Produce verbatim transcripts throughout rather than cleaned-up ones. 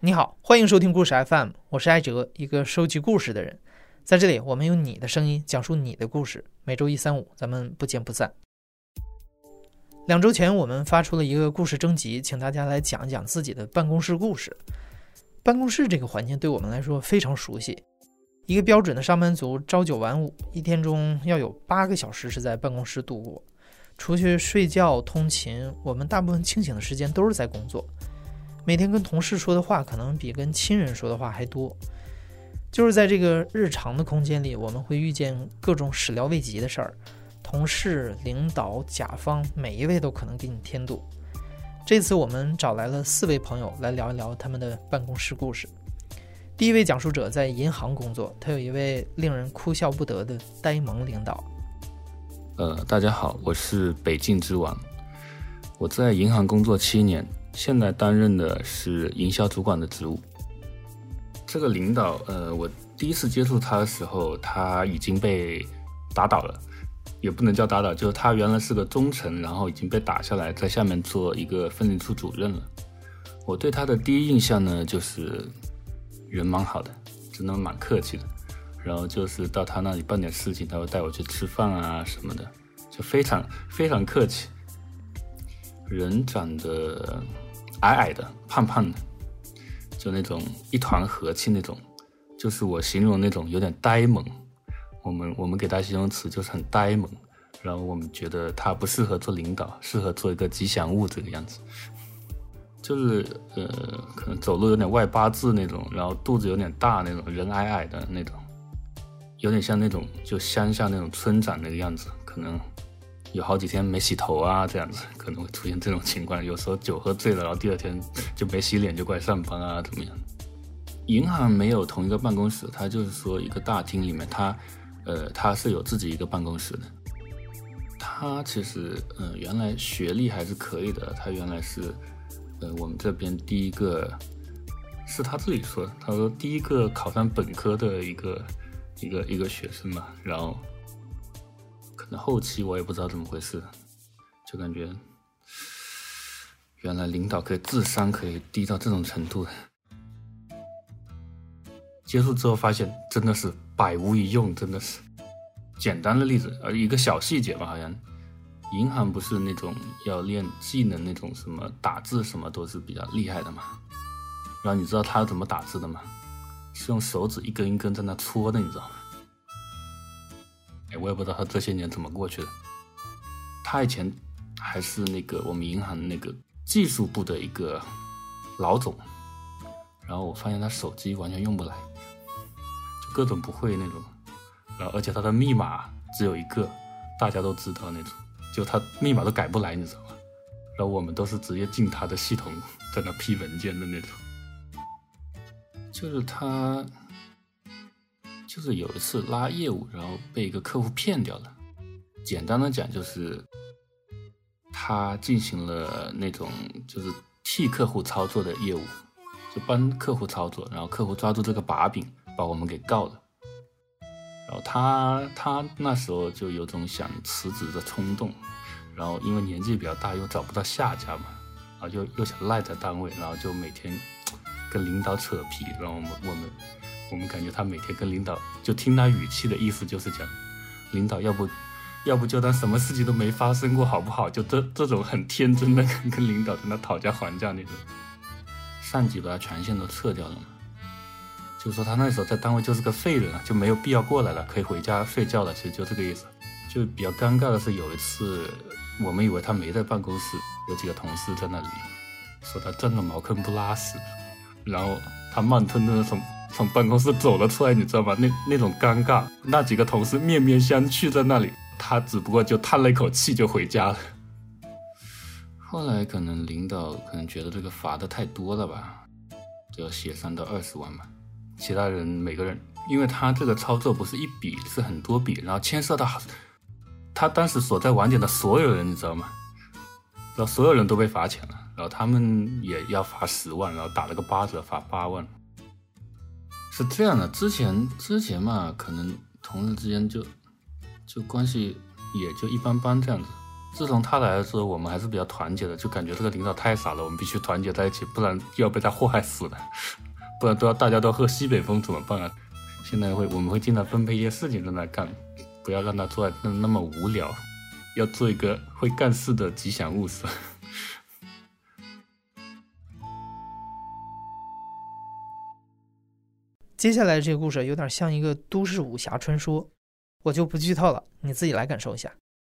你好，欢迎收听故事 F M， 我是艾哲，一个收集故事的人。在这里，我们用你的声音讲述你的故事。每周一、三、五，咱们不见不散。两周前，我们发出了一个故事征集，请大家来讲一讲自己的办公室故事。办公室这个环境对我们来说非常熟悉。一个标准的上班族，朝九晚五，一天中要有八个小时是在办公室度过。除去睡觉、通勤，我们大部分清醒的时间都是在工作。每天跟同事说的话可能比跟亲人说的话还多。就是在这个日常的空间里，我们会遇见各种始料未及的事儿，同事、领导、甲方，每一位都可能给你添堵。这次我们找来了四位朋友来聊一聊他们的办公室故事。第一位讲述者在银行工作，他有一位令人哭笑不得的呆萌领导。 呃，大家好，我是北境之王，我在银行工作七年。现在担任的是营销主管的职务。这个领导，呃，我第一次接触他的时候，他已经被打倒了，也不能叫打倒，就是他原来是个中层，然后已经被打下来，在下面做一个分领处主任了。我对他的第一印象呢，就是人蛮好的，真的蛮客气的。然后就是到他那里办点事情，他会带我去吃饭啊什么的，就非常非常客气。人长得矮矮的胖胖的，就那种一团和气那种，就是我形容那种有点呆萌。我们我们给他形容词就是很呆萌，然后我们觉得他不适合做领导，适合做一个吉祥物这个样子。就是呃，可能走路有点外八字那种，然后肚子有点大那种，人矮矮的那种，有点像那种就乡下那种村长那个样子，可能有好几天没洗头啊，这样子可能会出现这种情况。有时候酒喝醉了，然后第二天就没洗脸就过来上班啊，怎么样？银行没有同一个办公室，它就是说一个大厅里面，它呃它是有自己一个办公室的。他其实呃原来学历还是可以的，他原来是呃我们这边第一个，是他自己说的，他说第一个考上本科的一个一个一个学生嘛，然后。可能后期我也不知道怎么回事，就感觉原来领导可以智商可以低到这种程度。接触之后发现真的是百无一用，真的是。简单的例子，而一个小细节吧，好像银行不是那种要练技能那种什么打字什么都是比较厉害的嘛。然后你知道他怎么打字的吗？是用手指一根一根在那戳的，你知道吗？我也不知道他这些年怎么过去的。他以前还是那个我们银行那个技术部的一个老总，然后我发现他手机完全用不来，就各种不会那种，然后而且他的密码只有一个，大家都知道那种，就他密码都改不来，你知道吗？然后我们都是直接进他的系统在那批文件的那种。就是他就是有一次拉业务，然后被一个客户骗掉了。简单的讲，就是他进行了那种就是替客户操作的业务，就帮客户操作，然后客户抓住这个把柄，把我们给告了。然后他他那时候就有种想辞职的冲动，然后因为年纪比较大，又找不到下家嘛，然后又又想赖在单位，然后就每天跟领导扯皮，然后我们我们。我们感觉他每天跟领导，就听他语气的意思就是讲，领导要不要不就当什么事情都没发生过好不好？就这这种很天真的跟跟领导在那讨价还价那种。上级把他权限都撤掉了嘛，就说他那时候在单位就是个废人啊，就没有必要过来了，可以回家睡觉了，其实就这个意思。就比较尴尬的是有一次，我们以为他没在办公室，有几个同事在那里说他占了茅坑不拉屎，然后他慢吞吞的从从办公室走了出来，你知道吗？那那种尴尬，那几个同事面面相觑在那里，他只不过就叹了一口气就回家了。后来可能领导可能觉得这个罚的太多了吧，就要协商到二十万嘛。其他人每个人，因为他这个操作不是一笔，是很多笔，然后牵涉到他当时所在网点的所有人，你知道吗？然后所有人都被罚钱了，然后他们也要罚十万，然后打了个八折，罚八万。是这样的，之前之前嘛，可能同事之间就就关系也就一般般这样子。 自从他来的时候，我们还是比较团结的，就感觉这个领导太傻了，我们必须团结在一起，不然又要被他祸害死了，不然都要大家都喝西北风怎么办啊？现在会我们会经常分配一些事情让他干，不要让他坐在那那么无聊，要做一个会干事的吉祥物是吧？ 接下来这个故事有点像一个都市武侠传说，我就不剧透了，你自己来感受一下。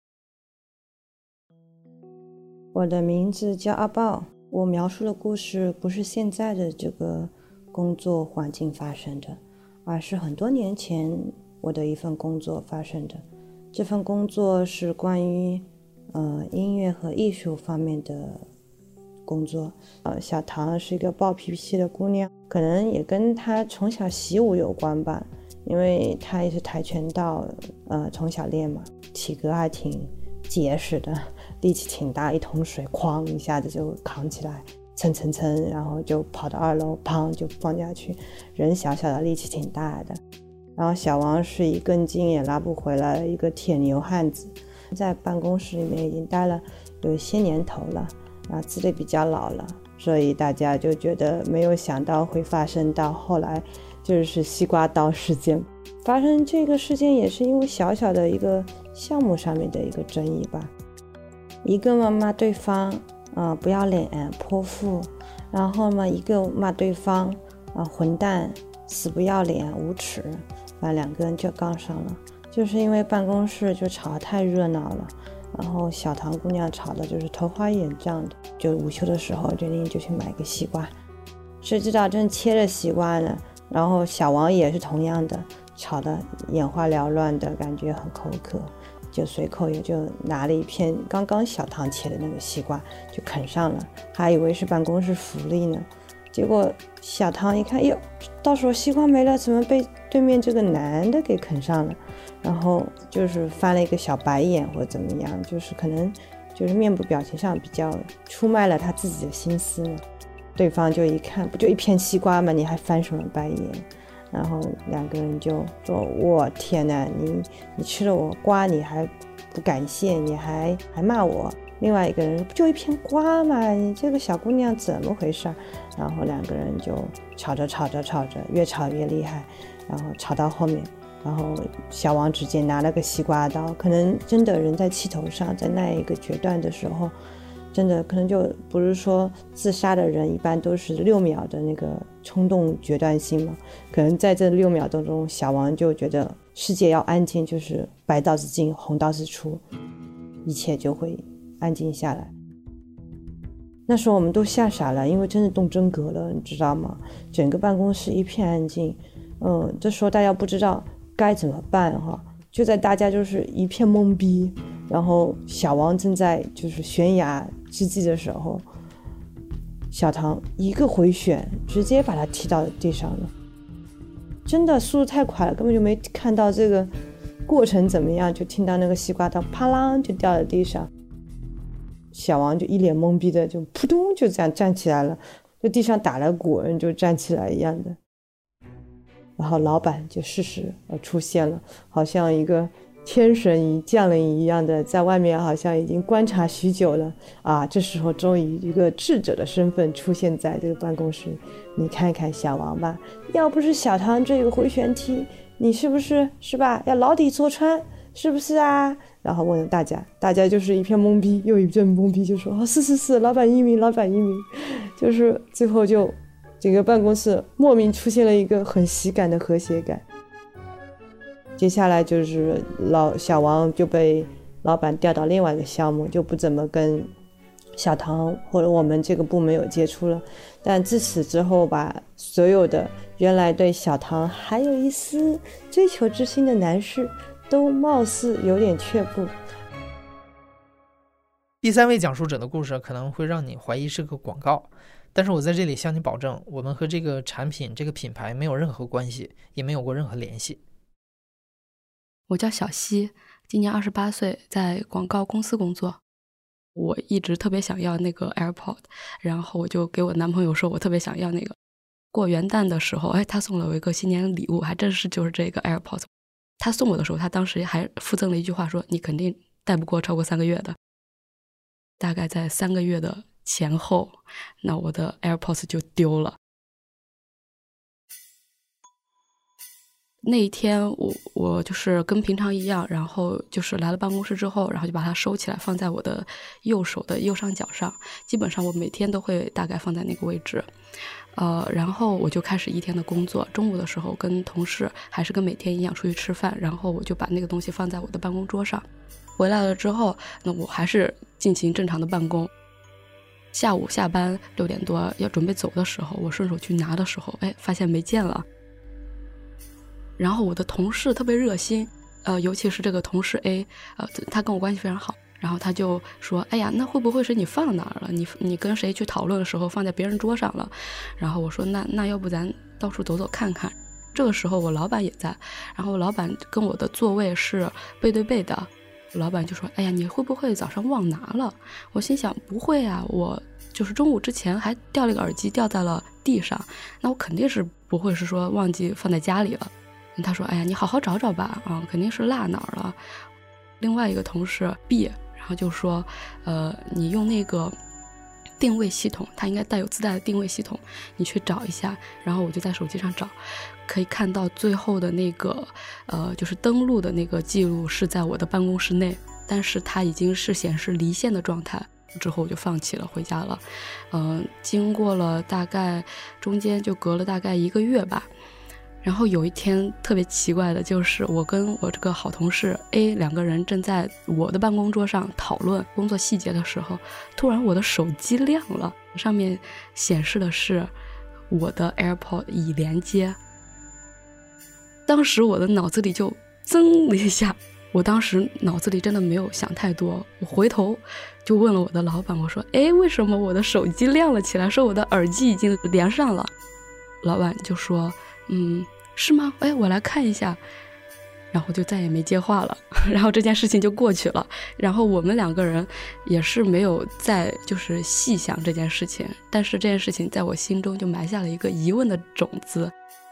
我的名字叫阿豹，我描述的故事不是现在的这个工作环境发生的，而是很多年前我的一份工作发生的。这份工作是关于呃音乐和艺术方面的工作。呃，小唐是一个暴脾气的姑娘，可能也跟她从小习武有关吧，因为她也是跆拳道，呃，从小练嘛，体格还挺结实的，力气挺大，一桶水哐一下子就扛起来，蹭蹭蹭，然后就跑到二楼，砰就放下去，人小小的力气挺大的。然后小王是一根筋也拉不回来的一个铁牛汉子，在办公室里面已经待了有些年头了，啊，资历比较老了，所以大家就觉得没有想到会发生到后来就是西瓜刀事件。发生这个事件也是因为小小的一个项目上面的一个争议吧，一个嘛骂对方啊、呃、不要脸泼妇，然后嘛一个骂对方啊、呃、混蛋死不要脸无耻，反正两个人就杠上了，就是因为办公室就吵得太热闹了，然后小唐姑娘吵的就是头花眼胀的，就午休的时候决定就去买个西瓜，谁知道正切着西瓜呢，然后小王也是同样的，吵得眼花缭乱的感觉很口渴，就随口也就拿了一片刚刚小唐切的那个西瓜就啃上了，还以为是办公室福利呢，结果小唐一看，哟，到时候西瓜没了，怎么被对面这个男的给啃上了，然后就是翻了一个小白眼或者怎么样，就是可能就是面部表情上比较出卖了他自己的心思呢。对方就一看，不就一片西瓜吗？你还翻什么白眼？然后两个人就说：“我天哪，你你吃了我瓜，你还不感谢，你还还骂我。”另外一个人不就一片瓜嘛，你这个小姑娘怎么回事？然后两个人就吵着吵着吵着，越吵越厉害，然后吵到后面，然后小王直接拿了个西瓜刀，可能真的人在气头上，在那一个决断的时候，真的可能就不是说自杀的人一般都是六秒的那个冲动决断性嘛，可能在这六秒当中，小王就觉得世界要安静，就是白刀子进红刀子出，一切就会安静下来。那时候我们都吓傻了，因为真的动真格了，你知道吗？整个办公室一片安静，嗯，这时候大家不知道该怎么办哈，就在大家就是一片懵逼，然后小王正在就是悬崖之际的时候，小唐一个回旋直接把他踢到地上了，真的速度太快了，根本就没看到这个过程怎么样，就听到那个西瓜刀啪啷就掉在地上，小王就一脸懵逼的就扑通就这样站起来了，就地上打了滚就站起来一样的。然后老板就适时呃出现了，好像一个天神一降临一样的，在外面好像已经观察许久了啊，这时候终于一个智者的身份出现在这个办公室。你看看小王吧，要不是小唐这个回旋踢，你是不是是吧要牢底坐穿，是不是啊？然后问了大家，大家就是一片懵逼，又一阵懵逼，就说哦是是是，老板英明，老板英明，就是最后就整个办公室莫名出现了一个很喜感的和谐感。接下来就是老小王就被老板调到另外一个项目，就不怎么跟小唐或者我们这个部门有接触了。但自此之后吧，所有的原来对小唐还有一丝追求之心的男士都貌似有点却步。 第三位讲述者的故事可能会让你怀疑是个广告，但是我在这里向你保证，我们和这个产品这个品牌没有任何关系，也没有过任何联系。 我叫小西，今年二十八岁，在广告公司工作。我一直特别想要那个 AirPod， 然后我就给我男朋友说我特别想要那个。过元旦的时候，哎，他送了我一个新年礼物，还真是就是这个 AirPod。他送我的时候，他当时还附赠了一句话说：“你肯定带不过超过三个月的。” 大概在三个月的前后，那我的 AirPods 就丢了。那一天我我就是跟平常一样，然后就是来了办公室之后，然后就把它收起来放在我的右手的右上角上，基本上我每天都会大概放在那个位置。呃，然后我就开始一天的工作，中午的时候跟同事还是跟每天一样出去吃饭，然后我就把那个东西放在我的办公桌上。回来了之后，那我还是进行正常的办公。下午下班六点多要准备走的时候，我顺手去拿的时候，哎，发现没见了。然后我的同事特别热心，呃，尤其是这个同事 A， 呃，他跟我关系非常好，然后他就说，哎呀，那会不会是你放哪儿了？你你跟谁去讨论的时候放在别人桌上了？然后我说，那那要不咱到处走走看看。这个时候我老板也在，然后老板跟我的座位是背对背的，老板就说，哎呀，你会不会早上忘拿了？我心想，不会啊，我就是中午之前还掉了一个耳机掉在了地上，那我肯定是不会是说忘记放在家里了。他说，哎呀，你好好找找吧，啊，肯定是落哪儿了。另外一个同事 B， 然后就说，呃，你用那个定位系统，它应该带有自带的定位系统，你去找一下。然后我就在手机上找，可以看到最后的那个呃，就是登录的那个记录是在我的办公室内，但是它已经是显示离线的状态。之后我就放弃了，回家了。嗯、呃，经过了大概中间就隔了大概一个月吧。然后有一天特别奇怪的就是我跟我这个好同事 A 两个人正在我的办公桌上讨论工作细节的时候，突然我的手机亮了，上面显示的是我的 AirPod 已连接。当时我的脑子里就噌了一下，我当时脑子里真的没有想太多，我回头就问了我的老板，我说，诶，为什么我的手机亮了起来，说我的耳机已经连上了？老板就说，嗯，是吗？哎，我来看一下。然后就再也没接话了，然后这件事情就过去了。然后我们两个人也是没有再就是细想这件事情，但是这件事情在我心中就埋下了一个疑问的种子。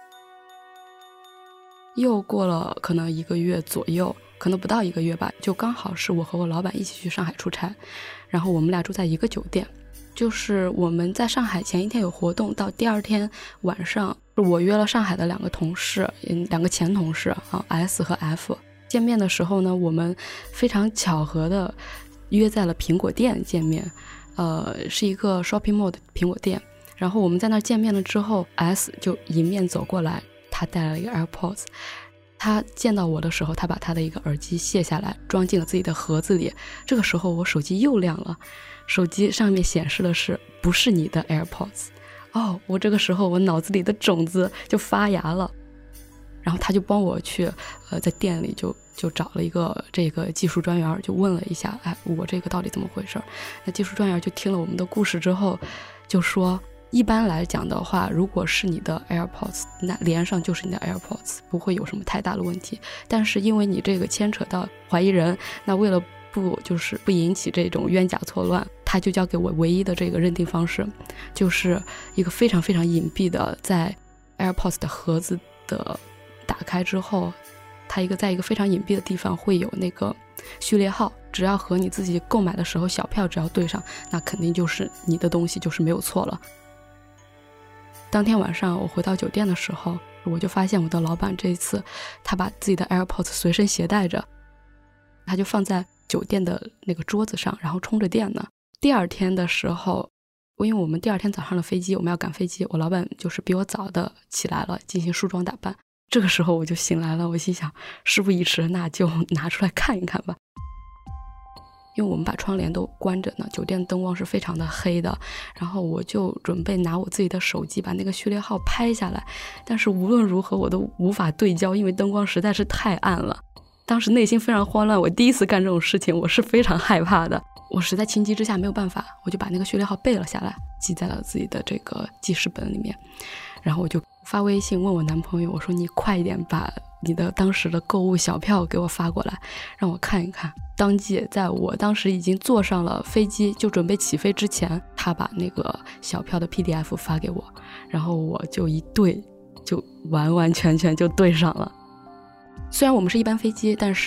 又过了可能一个月左右，可能不到一个月吧，就刚好是我和我老板一起去上海出差，然后我们俩住在一个酒店。就是我们在上海前一天有活动，到第二天晚上我约了上海的两个同事，嗯，两个前同事啊 S 和 F 见面的时候呢，我们非常巧合的约在了苹果店见面，呃，是一个 shopping mall 的苹果店。然后我们在那儿见面了之后， S 就迎面走过来，他带了一个 AirPods。他见到我的时候，他把他的一个耳机卸下来，装进了自己的盒子里。这个时候我手机又亮了，手机上面显示的是不是你的 AirPods。 哦，我这个时候我脑子里的种子就发芽了。然后他就帮我去呃，在店里就就找了一个这个技术专员，就问了一下，哎，我这个到底怎么回事？那技术专员就听了我们的故事之后就说，一般来讲的话，如果是你的 AirPods， 那连上就是你的 AirPods， 不会有什么太大的问题。但是因为你这个牵扯到怀疑人，那为了不就是不引起这种冤假错乱，他就交给我唯一的这个认定方式，就是一个非常非常隐蔽的，在 AirPods 的盒子的打开之后，它一个在一个非常隐蔽的地方会有那个序列号，只要和你自己购买的时候小票只要对上，那肯定就是你的东西，就是没有错了。当天晚上我回到酒店的时候，我就发现我的老板这一次他把自己的 AirPods 随身携带着，他就放在酒店的那个桌子上，然后充着电呢。第二天的时候，因为我们第二天早上的飞机，我们要赶飞机，我老板就是比我早的起来了，进行梳妆打扮。这个时候我就醒来了，我心想事不宜迟，那就拿出来看一看吧。因为我们把窗帘都关着呢，酒店灯光是非常的黑的，然后我就准备拿我自己的手机把那个序列号拍下来，但是无论如何我都无法对焦，因为灯光实在是太暗了。当时内心非常慌乱，我第一次干这种事情，我是非常害怕的。我实在情急之下没有办法，我就把那个序列号背了下来，记在了自己的这个记事本里面。然后我就发微信问我男朋友，我说你快一点把你的当时的购物小票给我发过来，让我看一看。当即在我当时已经坐上了飞机就准备起飞之前，他把那个小票的 P D F 发给我，然后我就一对就完完全全就对上了。虽然我们是一班飞机，但是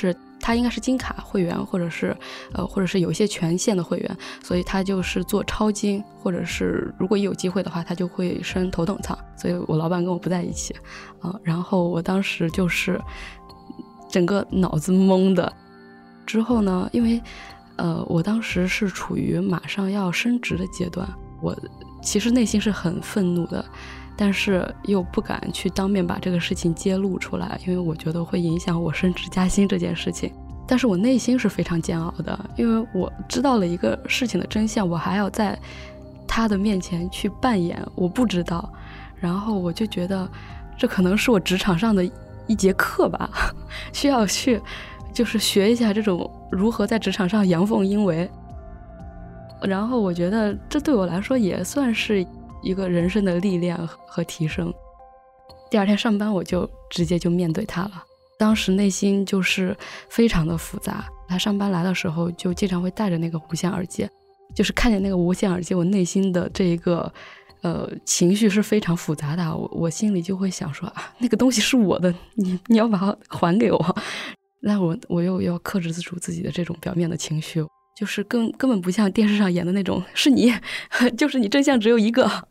他应该是金卡会员，或者是呃，或者是有一些权限的会员，所以他就是做超金，或者是如果有机会的话，他就会升头等舱。所以我老板跟我不在一起啊、呃，然后我当时就是整个脑子懵的。之后呢，因为呃，我当时是处于马上要升职的阶段，我其实内心是很愤怒的。但是又不敢去当面把这个事情揭露出来，因为我觉得会影响我升职加薪这件事情。但是我内心是非常煎熬的，因为我知道了一个事情的真相，我还要在他的面前去扮演我不知道，然后我就觉得这可能是我职场上的一节课吧，需要去就是学一下这种如何在职场上阳奉阴违。然后我觉得这对我来说也算是一个人生的历练和提升。第二天上班我就直接就面对他了，当时内心就是非常的复杂。他上班来的时候就经常会带着那个无线耳机，就是看见那个无线耳机，我内心的这一个呃情绪是非常复杂的。我我心里就会想说啊，那个东西是我的，你你要把它还给我。但我我又要克制住自己的这种表面的情绪，就是根根本不像电视上演的那种是你，就是你真相只有一个。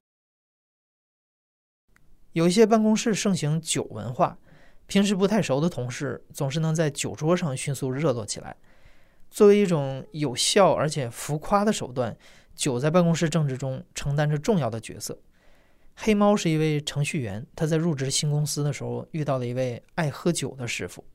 有一些办公室盛行酒文化，平时不太熟的同事总是能在酒桌上迅速热络起来。作为一种有效而且浮夸的手段，酒在办公室政治中承担着重要的角色。黑猫是一位程序员，他在入职新公司的时候遇到了一位爱喝酒的师傅。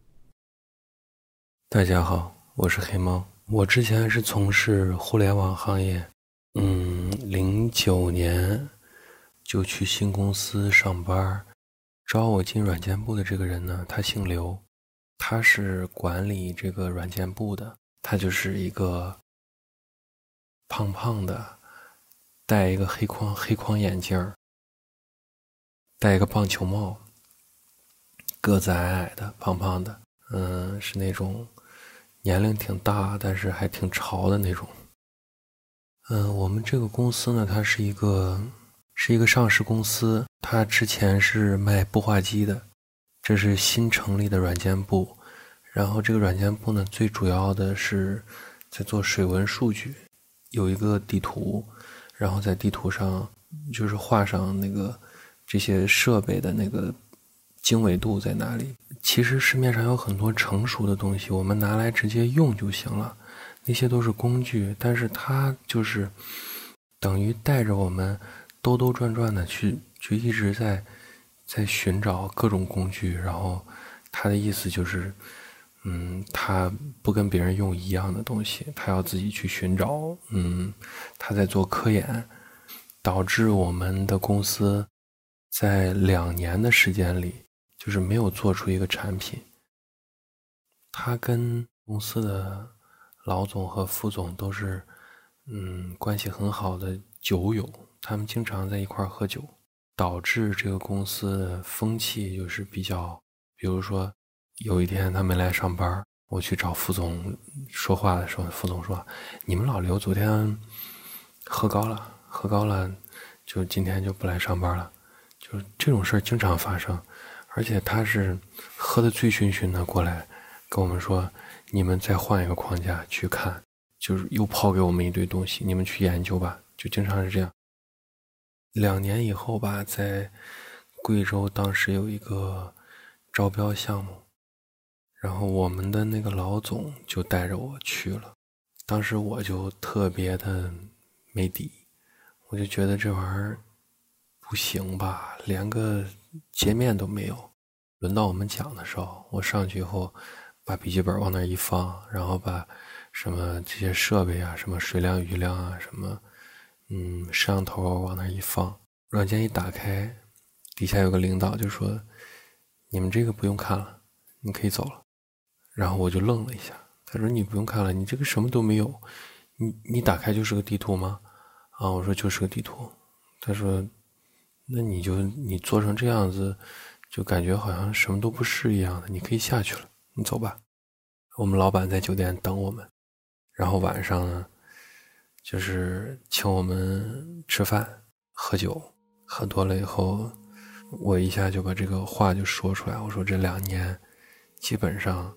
大家好，我是黑猫。我之前是从事互联网行业，嗯，零九年就去新公司上班。招我进软件部的这个人呢，他姓刘，他是管理这个软件部的。他就是一个胖胖的，戴一个黑框黑框眼镜，戴一个棒球帽，个子矮矮的，胖胖的，嗯，是那种年龄挺大，但是还挺潮的那种。嗯，我们这个公司呢，它是一个是一个上市公司，它之前是卖孵化机的，这是新成立的软件部。然后这个软件部呢，最主要的是在做水文数据，有一个地图，然后在地图上就是画上那个这些设备的那个经纬度在哪里。其实市面上有很多成熟的东西，我们拿来直接用就行了，那些都是工具，但是它就是等于带着我们兜兜转转的去，就一直在在寻找各种工具。然后他的意思就是，嗯，他不跟别人用一样的东西，他要自己去寻找。嗯，他在做科研，导致我们的公司在两年的时间里，就是没有做出一个产品。他跟公司的老总和副总都是，嗯，关系很好的酒友，他们经常在一块喝酒，导致这个公司的风气就是比较，比如说有一天他没来上班，我去找副总说话的时候，副总说：“你们老刘昨天喝高了，喝高了，就今天就不来上班了。”就是这种事儿经常发生，而且他是喝得醉醺醺的过来跟我们说：“你们再换一个框架去看，就是又抛给我们一堆东西，你们去研究吧。”就经常是这样。两年以后吧，在贵州当时有一个招标项目，然后我们的那个老总就带着我去了。当时我就特别的没底，我就觉得这玩意儿不行吧，连个界面都没有。轮到我们讲的时候，我上去以后把笔记本往那一放，然后把什么这些设备啊，什么水量雨量啊，什么嗯摄像头往那一放，软件一打开，底下有个领导就说：“你们这个不用看了，你可以走了。”然后我就愣了一下，他说：“你不用看了，你这个什么都没有，你你打开就是个地图吗？”啊，我说就是个地图。他说：“那你就你做成这样子，就感觉好像什么都不是一样的，你可以下去了，你走吧。”我们老板在酒店等我们，然后晚上呢，就是请我们吃饭喝酒，喝多了以后，我一下就把这个话就说出来，我说这两年基本上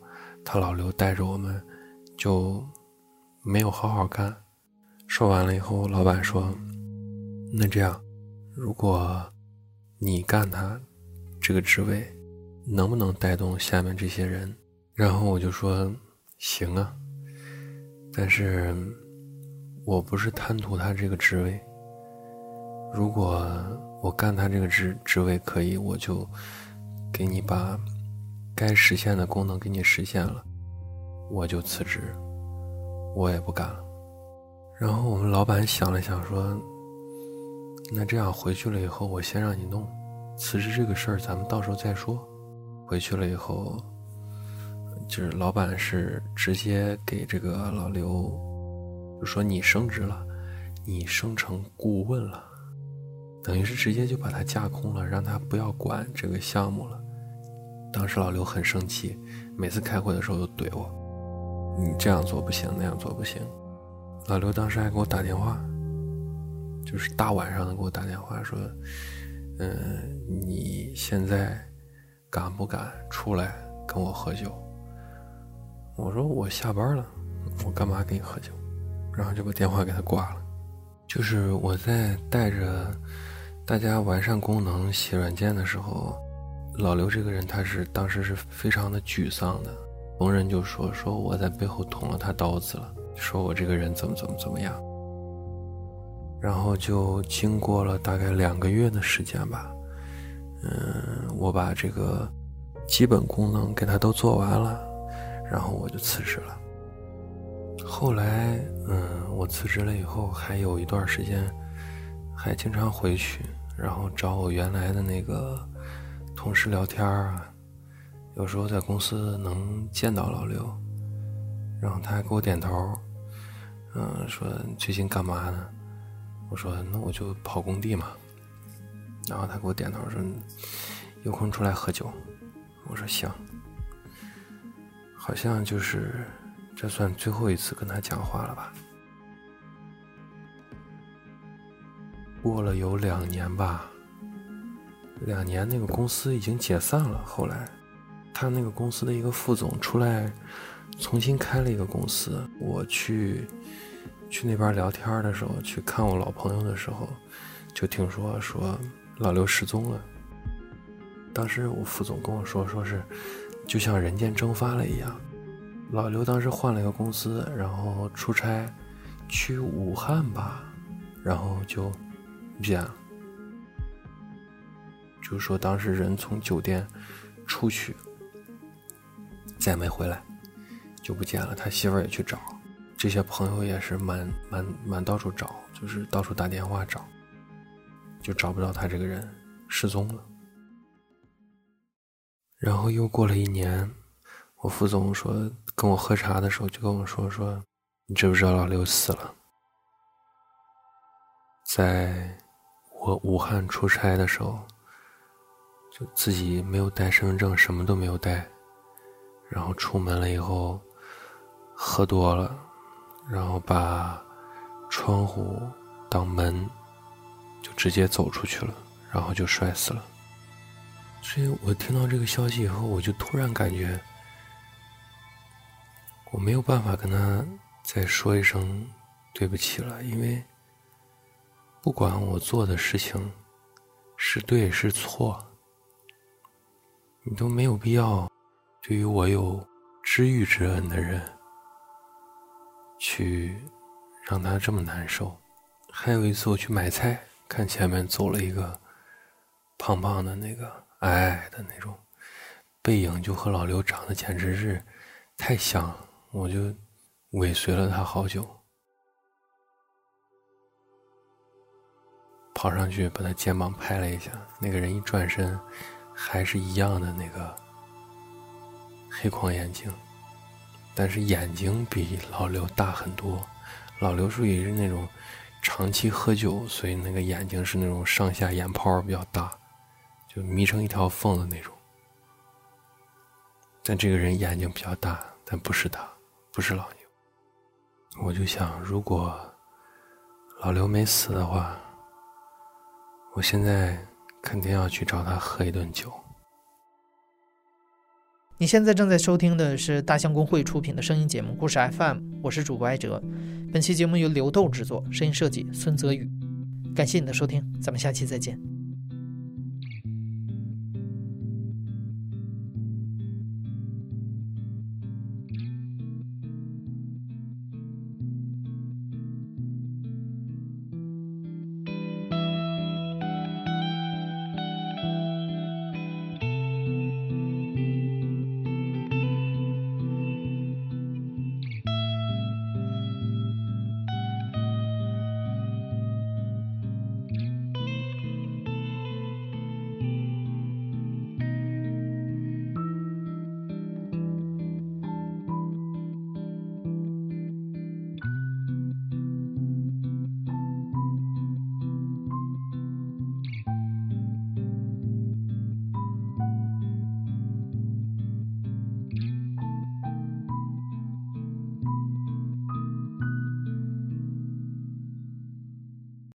他老刘带着我们就没有好好干。说完了以后，老板说，那这样，如果你干他这个职位，能不能带动下面这些人？然后我就说行啊，但是我不是贪图他这个职位，如果我干他这个职职位可以，我就给你把该实现的功能给你实现了，我就辞职，我也不干了。然后我们老板想了想说，那这样回去了以后我先让你弄，辞职这个事儿咱们到时候再说。回去了以后，就是老板是直接给这个老刘就说你升职了，你升成顾问了，等于是直接就把他架空了，让他不要管这个项目了。当时老刘很生气，每次开会的时候都怼我，你这样做不行，那样做不行。老刘当时还给我打电话，就是大晚上的给我打电话说，嗯、呃，你现在敢不敢出来跟我喝酒？我说我下班了，我干嘛跟你喝酒？然后就把电话给他挂了。就是我在带着大家完善功能写软件的时候，老刘这个人他是当时是非常的沮丧的，逢人就说说我在背后捅了他刀子了，说我这个人怎么怎么怎么样。然后就经过了大概两个月的时间吧，嗯，我把这个基本功能给他都做完了，然后我就辞职了。后来嗯，我辞职了以后还有一段时间还经常回去，然后找我原来的那个同事聊天啊，有时候在公司能见到老刘，然后他还给我点头，嗯，说最近干嘛呢？我说那我就跑工地嘛。然后他给我点头说有空出来喝酒。我说行。好像就是这算最后一次跟他讲话了吧。过了有两年吧，两年那个公司已经解散了。后来他那个公司的一个副总出来重新开了一个公司，我去去那边聊天的时候，去看我老朋友的时候，就听说说老刘失踪了。当时我副总跟我说，说是就像人间蒸发了一样。老刘当时换了一个公司，然后出差去武汉吧，然后就不见了。就是说当时人从酒店出去再没回来，就不见了。他媳妇儿也去找，这些朋友也是满满满到处找，就是到处打电话找，就找不到他这个人，失踪了。然后又过了一年，我副总说跟我喝茶的时候就跟我说说你知不知道老刘死了？在我武汉出差的时候，就自己没有带身份证，什么都没有带，然后出门了以后喝多了，然后把窗户当门，就直接走出去了，然后就摔死了。所以我听到这个消息以后，我就突然感觉我没有办法跟他再说一声对不起了，因为不管我做的事情是对是错，你都没有必要对于我有知遇之恩的人去让他这么难受。还有一次我去买菜，看前面走了一个胖胖的那个矮矮的那种，背影就和老刘长得简直是太像了，我就尾随了他好久，跑上去把他肩膀拍了一下，那个人一转身还是一样的那个黑框眼镜，但是眼睛比老刘大很多。老刘属于是那种长期喝酒，所以那个眼睛是那种上下眼泡比较大，就眯成一条缝的那种。但这个人眼睛比较大，但不是他，不是老刘。我就想，如果老刘没死的话，我现在肯定要去找他喝一顿酒。 你现在正在收听的是大象公会出品的声音节目故事 F M， 我是主播艾哲。本期节目由刘豆制作，声音设计孙泽宇。感谢你的收听，咱们下期再见。